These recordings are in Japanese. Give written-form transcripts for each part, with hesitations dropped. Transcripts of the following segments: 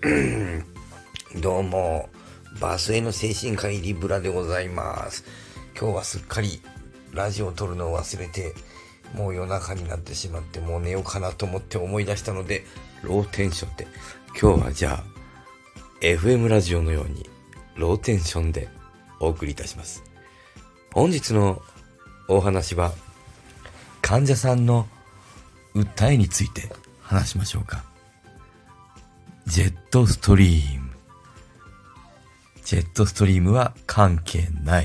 どうも、バスへの精神科医リブラでございます。今日はすっかりラジオを撮るのを忘れて、もう夜中になってしまって、もう寝ようかなと思って思い出したので、ローテンションで、今日はじゃあ、FM ラジオのように、ローテンションでお送りいたします。本日のお話は、患者さんの訴えについて話しましょうか。ジェットストリーム。ジェットストリームは関係ない。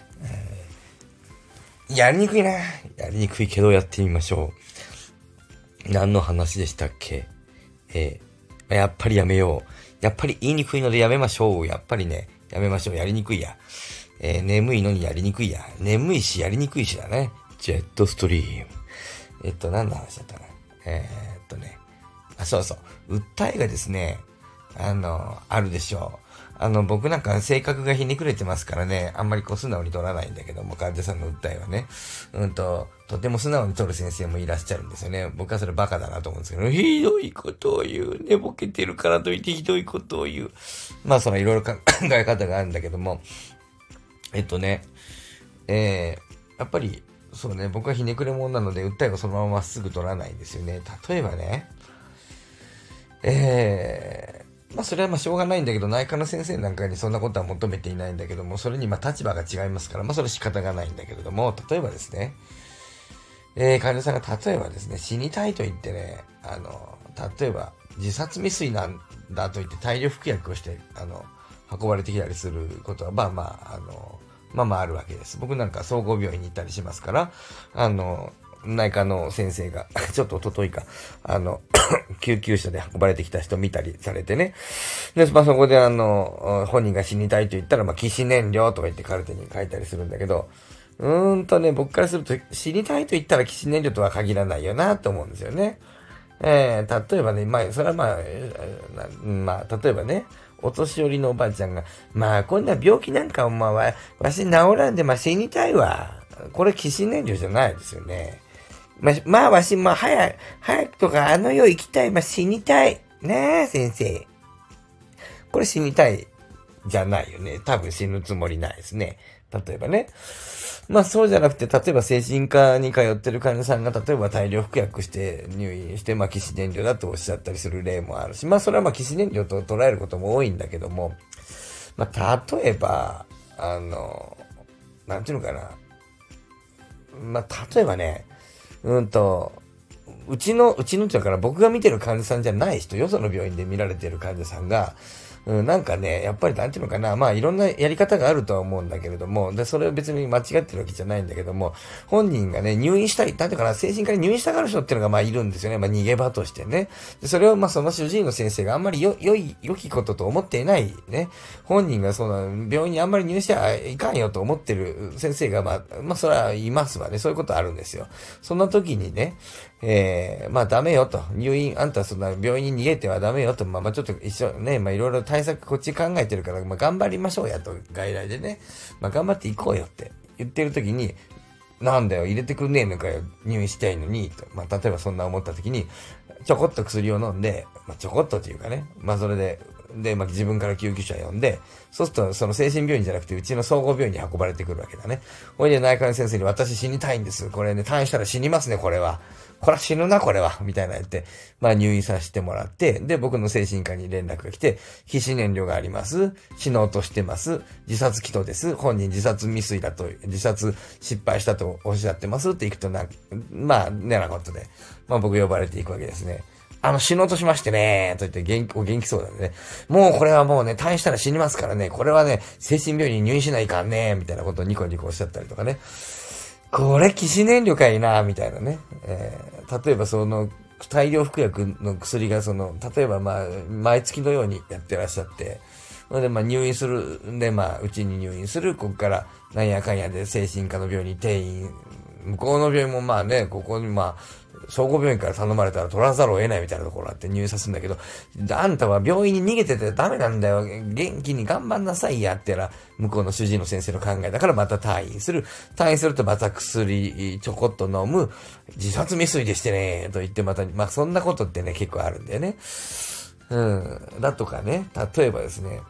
やりにくいな。やりにくいけどやってみましょう。何の話でしたっけ？やっぱりやめよう。やっぱり言いにくいのでやめましょう。やっぱりね、やめましょう。やりにくいや。眠いのにやりにくいや。眠いしやりにくいしだね。ジェットストリーム。何の話だったかな。そうそう。訴えがですね、あるでしょう。僕なんか性格がひねくれてますからね、あんまり素直に取らないんだけども、患者さんの訴えはね。とても素直に取る先生もいらっしゃるんですよね。僕はそれバカだなと思うんですけど、ひどいことを言う。寝ぼけてるからといってひどいことを言う。まあ、そのいろいろ考え方があるんだけども、やっぱり、そうね、僕はひねくれ者なので、訴えをそのまままっすぐ取らないんですよね。例えばね、それはしょうがないんだけど、内科の先生なんかにそんなことは求めていないんだけども、それに立場が違いますから、それは仕方がないんだけれども、例えばですね、患者さんが例えばですね、死にたいと言ってね、例えば自殺未遂なんだと言って大量服薬をして、運ばれてきたりすることは、あるわけです。僕なんか総合病院に行ったりしますから、内科の先生が、ちょっと一昨日か、救急車で運ばれてきた人見たりされてね。で、そこで本人が死にたいと言ったら、起死燃料とか言ってカルテに書いたりするんだけど、僕からすると死にたいと言ったら起死燃料とは限らないよなと思うんですよね。例えばね、それは例えばね、お年寄りのおばあちゃんが、こんな病気なんかわし治らんで死にたいわ。これ起死燃料じゃないですよね。わしも早くとか世行きたい。死にたい。ねえ、先生。これ死にたいじゃないよね。多分死ぬつもりないですね。例えばね。そうじゃなくて、例えば精神科に通ってる患者さんが、例えば大量服薬して入院して、起死燃料だとおっしゃったりする例もあるし、それは起死燃料と捉えることも多いんだけども、例えば、なんていうのかな。例えばね、うちのだから僕が見てる患者さんじゃない人、よその病院で見られてる患者さんが、なんかね、やっぱりなんていうのかな、いろんなやり方があるとは思うんだけれども、で、それは別に間違ってるわけじゃないんだけども、本人がね、入院したい、なんていうかな、精神科に入院したがる人っていうのがいるんですよね。逃げ場としてね。で、それをその主治医の先生があんまり良きことと思っていないね。本人が病院にあんまり入院しちゃいかんよと思ってる先生がそれはいますわね。そういうことあるんですよ。そんな時にね、ダメよと。入院、あんたそんな病院に逃げてはダメよと。ちょっと一緒ね、いろいろ対策こっち考えてるから、頑張りましょうやと。外来でね。頑張っていこうよって言ってる時に、なんだよ、入れてくんねえのかよ。入院したいのに、と。例えばそんな思った時に、ちょこっと薬を飲んで、ちょこっとというかね。それで、自分から救急車呼んで、そうすると、その精神病院じゃなくて、うちの総合病院に運ばれてくるわけだね。ほいで、内科の先生に、私死にたいんです。これね、退院したら死にますね、これは。これは死ぬな、これは。みたいな言って、入院させてもらって、で、僕の精神科に連絡が来て、起死燃料があります。死のうとしてます。自殺祈祷です。本人自殺未遂だと、自殺失敗したとおっしゃってますって行くとねなことで、僕呼ばれていくわけですね。死のうとしましてね、と言ってお元気そうだね。もうこれはもうね、退院したら死にますからね、これはね、精神病院に入院しないかんね、みたいなことをニコニコおっしゃったりとかね。これ、起死燃料かいな、みたいなね。例えば大量服薬の薬が例えば毎月のようにやってらっしゃって、で、入院するんで、うちに入院する、ここから、なんやかんやで精神科の病院に転院、向こうの病院もここに総合病院から頼まれたら取らざるを得ないみたいなところあって入院さすんだけど、あんたは病院に逃げててダメなんだよ。元気に頑張んなさいやってら、向こうの主治医の先生の考えだからまた退院する。退院するとまた薬ちょこっと飲む。自殺未遂でしてね、と言ってそんなことってね、結構あるんだよね。 だとかね、例えばですね、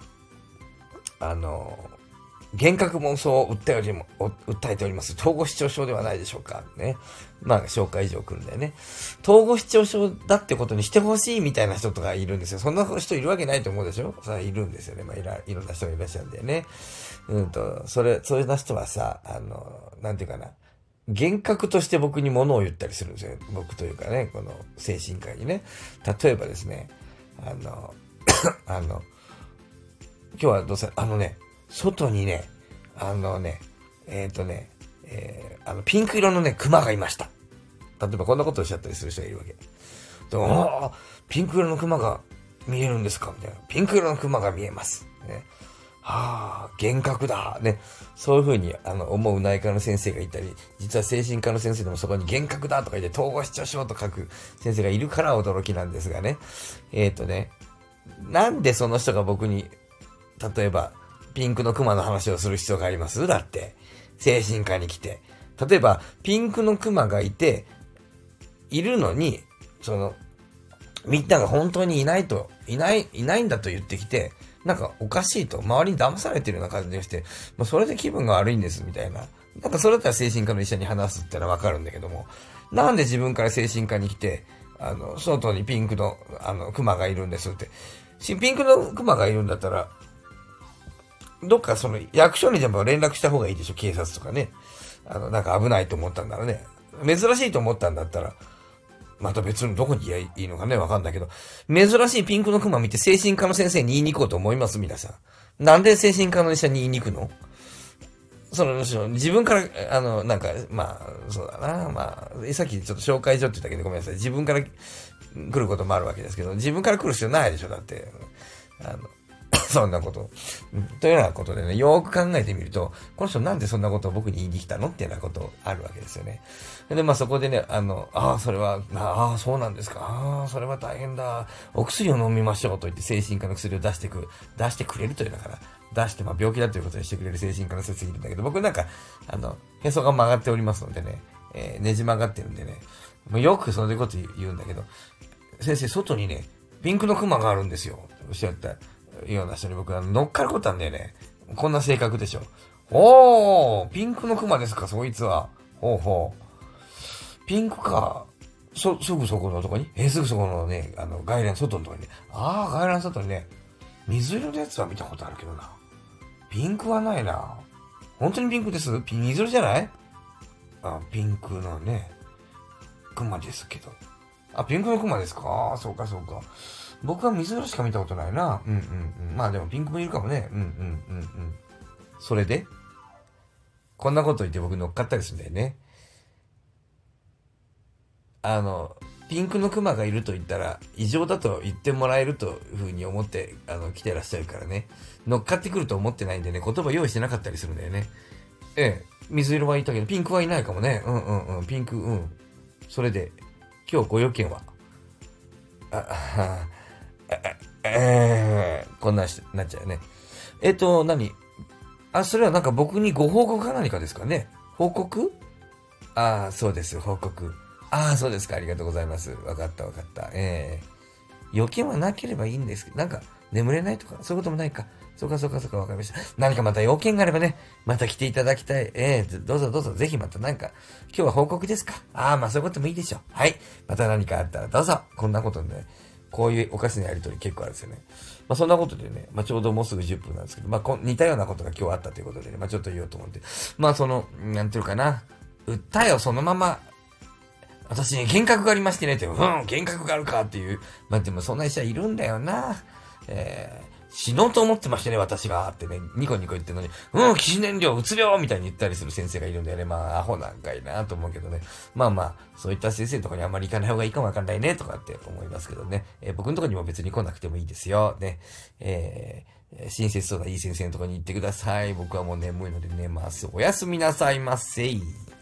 幻覚妄想を訴えております。統合失調症ではないでしょうか。ね。まあ、紹介状来るんだよね。統合失調症だってことにしてほしいみたいな人とかいるんですよ。そんな人いるわけないと思うでしょ。さあ、いるんですよね。まあ、いろんな人がいらっしゃるんだよね。そういうな人はさ、なんていうかな。幻覚として僕に物を言ったりするんですよ。僕というかね、この精神科医にね。例えばですね、今日はどうせ、外にね、ピンク色のね、熊がいました。例えばこんなことをおっしゃったりする人がいるわけ。ピンク色の熊が見えるんですかみたいな。ピンク色の熊が見えます。ね、幻覚だ。ね。そういうふうに、思う内科の先生がいたり、実は精神科の先生でもそこに幻覚だとか言って、統合失調症と書く先生がいるから驚きなんですがね。なんでその人が僕に、例えば、ピンクのクマの話をする必要がありますだって。精神科に来て。例えば、ピンクのクマがいるのに、みんなが本当にいないんだと言ってきて、なんかおかしいと、周りに騙されてるような感じがして、それで気分が悪いんです、みたいな。なんかそれだったら精神科の医者に話すってのはわかるんだけども、なんで自分から精神科に来て、外にピンクの、クマがいるんですって。ピンクのクマがいるんだったら、どっか役所にでも連絡した方がいいでしょ、警察とかね。なんか危ないと思ったんだらね。珍しいと思ったんだったら、また別にどこに言えばいいのかね、わかんないけど。珍しいピンクのクマ見て精神科の先生に言いに行こうと思います皆さん。なんで精神科の医者に言いに行くの？自分から、そうだな、さっきちょっと紹介所って言ったけどごめんなさい。自分から来ることもあるわけですけど、自分から来る必要ないでしょ、だって。そんなこと。というようなことでね、よーく考えてみると、この人なんでそんなことを僕に言いに来たのっていうようなことあるわけですよね。で、そこでね、それは、そうなんですか。それは大変だ。お薬を飲みましょうと言って精神科の薬を出してくれるというだから、出して、病気だということにしてくれる精神科の先生いるんだけど、僕なんか、へそが曲がっておりますのでね、ねじ曲がってるんでね、よくそういうこと言うんだけど、先生、外にね、ピンクのクマがあるんですよ。おっしゃったような人に僕は乗っかることなんだよね。こんな性格でしょ。ピンクのクマですか、そいつは。ピンクか。すぐそこのとこにすぐそこのね、外来の外のとこにね。外来の外にね、水色のやつは見たことあるけどな。ピンクはないな。本当にピンクです？水色じゃない？ピンクのね、クマですけど。ピンクのクマですか？そうか。僕は水色しか見たことないな。でもピンクもいるかもね。それでこんなこと言って僕乗っかったりするんだよね。ピンクのクマがいると言ったら異常だと言ってもらえるというふうに思って来てらっしゃるからね。乗っかってくると思ってないんでね、言葉用意してなかったりするんだよね。水色はいたけどピンクはいないかもね。ピンク、それで今日ご用件はこんななっちゃうよね。何？それはなんか僕にご報告か何かですかね？報告？そうです、報告。そうですか、ありがとうございます。わかった。予見はなければいいんですけど、なんか眠れないとか、そういうこともないか。そうか、わかりました。何かまた要件があればね、また来ていただきたい。どうぞ、ぜひまたなんか、今日は報告ですか？そういうこともいいでしょう。はい。また何かあったらどうぞ。こんなことね、こういうおかしなやりとり結構あるんですよね。そんなことでね、ちょうどもうすぐ10分なんですけど、似たようなことが今日あったということでね、ちょっと言おうと思って。なんていうかな、訴えをそのまま、私に幻覚がありましてねって、幻覚があるかっていう。でもそんな医者いるんだよな。死のうと思ってましてね、私が。ってね、ニコニコ言ってるのに、起死燃料、うつ病みたいに言ったりする先生がいるんだよね。アホなんかいなと思うけどね。そういった先生のとこにあんまり行かない方がいいかもわかんないね、とかって思いますけどね。僕のとこにも別に来なくてもいいですよ。ね。親切そうないい先生のとこに行ってください。僕はもう眠いので寝ます。おやすみなさいませ。